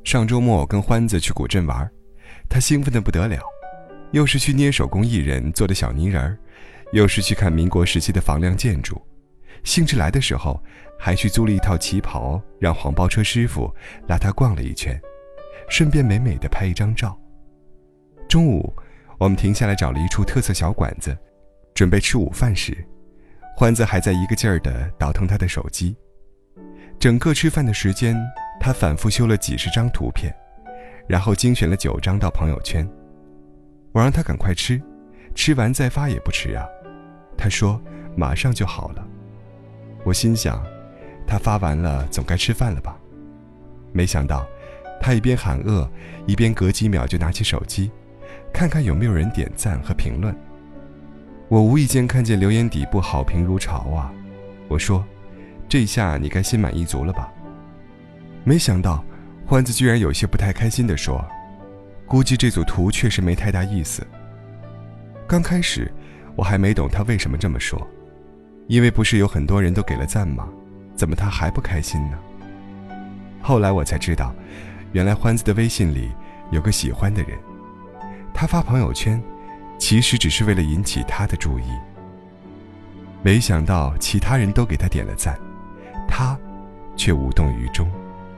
上周末跟欢子去古镇玩，他兴奋得不得了，又是去捏手工艺人做的小泥人，又是去看民国时期的房梁建筑，兴致来的时候还去租了一套旗袍，让黄包车师傅拉他逛了一圈，顺便美美地拍一张照。中午我们停下来找了一处特色小馆子，准备吃午饭时，欢子还在一个劲儿地倒腾他的手机。整个吃饭的时间，他反复修了几十张图片，然后精选了9张到朋友圈。我让他赶快吃，吃完再发也不迟啊。他说马上就好了。我心想，他发完了总该吃饭了吧。没想到他一边喊饿，一边隔几秒就拿起手机看看有没有人点赞和评论。我无意间看见留言底部好评如潮啊。我说，这下你该心满意足了吧。没想到欢子居然有些不太开心地说，估计这组图确实没太大意思。刚开始我还没懂他为什么这么说，因为不是有很多人都给了赞吗？怎么他还不开心呢？后来我才知道，原来欢子的微信里有个喜欢的人，他发朋友圈其实只是为了引起他的注意。没想到其他人都给他点了赞，他却无动于衷。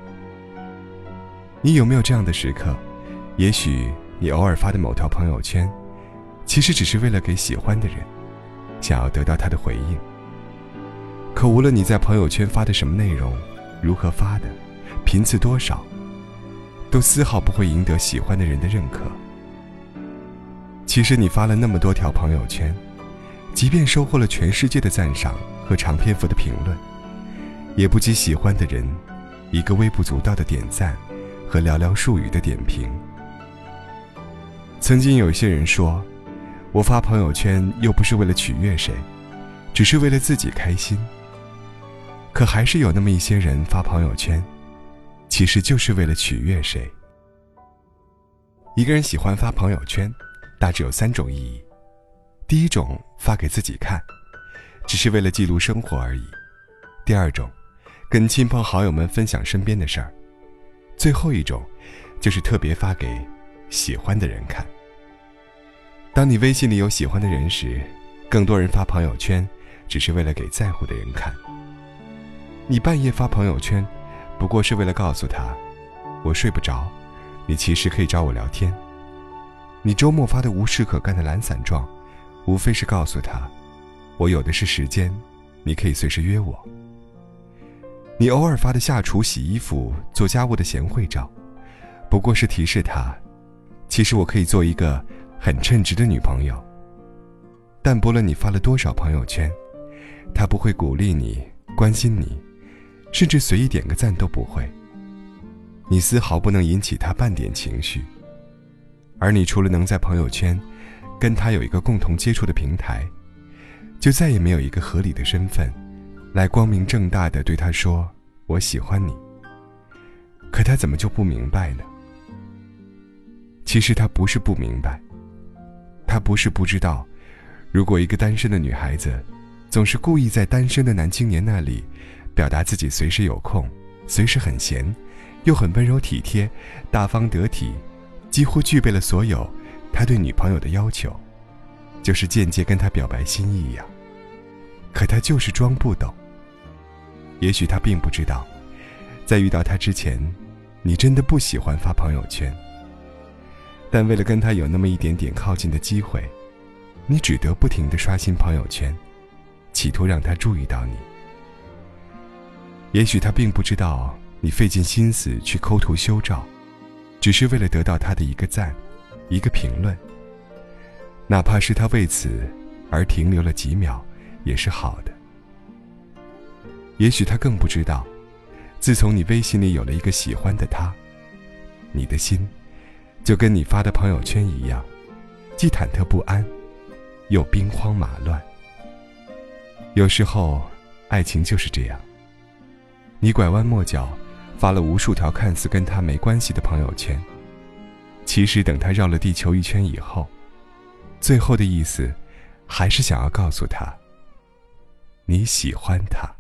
你有没有这样的时刻？也许你偶尔发的某条朋友圈，其实只是为了给喜欢的人，想要得到他的回应。可无论你在朋友圈发的什么内容，如何发的，频次多少，都丝毫不会赢得喜欢的人的认可。其实你发了那么多条朋友圈，即便收获了全世界的赞赏和长篇幅的评论，也不及喜欢的人一个微不足道的点赞和寥寥数语的点评。曾经有些人说，我发朋友圈又不是为了取悦谁，只是为了自己开心。可还是有那么一些人发朋友圈，其实就是为了取悦谁。一个人喜欢发朋友圈，大致有3种意义。第一种，发给自己看，只是为了记录生活而已。第二种，跟亲朋好友们分享身边的事儿。最后一种，就是特别发给喜欢的人看。当你微信里有喜欢的人时，更多人发朋友圈只是为了给在乎的人看。你半夜发朋友圈，不过是为了告诉他，我睡不着，你其实可以找我聊天。你周末发的无事可干的懒散状，无非是告诉他，我有的是时间，你可以随时约我。你偶尔发的下厨、洗衣服、做家务的贤惠照，不过是提示他，其实我可以做一个很称职的女朋友。但不论你发了多少朋友圈，他不会鼓励你、关心你，甚至随意点个赞都不会。你丝毫不能引起他半点情绪。而你除了能在朋友圈跟他有一个共同接触的平台，就再也没有一个合理的身份来光明正大地对他说，我喜欢你。可他怎么就不明白呢？其实他不是不明白，他不是不知道，如果一个单身的女孩子总是故意在单身的男青年那里表达自己随时有空，随时很闲，又很温柔体贴，大方得体，几乎具备了所有他对女朋友的要求，就是间接跟他表白心意呀。可他就是装不懂。也许他并不知道，在遇到他之前，你真的不喜欢发朋友圈，但为了跟他有那么一点点靠近的机会，你只得不停地刷新朋友圈，企图让他注意到你。也许他并不知道你费尽心思去抠图修照，只是为了得到他的一个赞，一个评论，哪怕是他为此而停留了几秒，也是好的。也许他更不知道，自从你微信里有了一个喜欢的他，你的心就跟你发的朋友圈一样，既忐忑不安，又兵荒马乱。有时候爱情就是这样，你拐弯抹角发了无数条看似跟他没关系的朋友圈，其实等他绕了地球一圈以后，最后的意思还是想要告诉他，你喜欢他。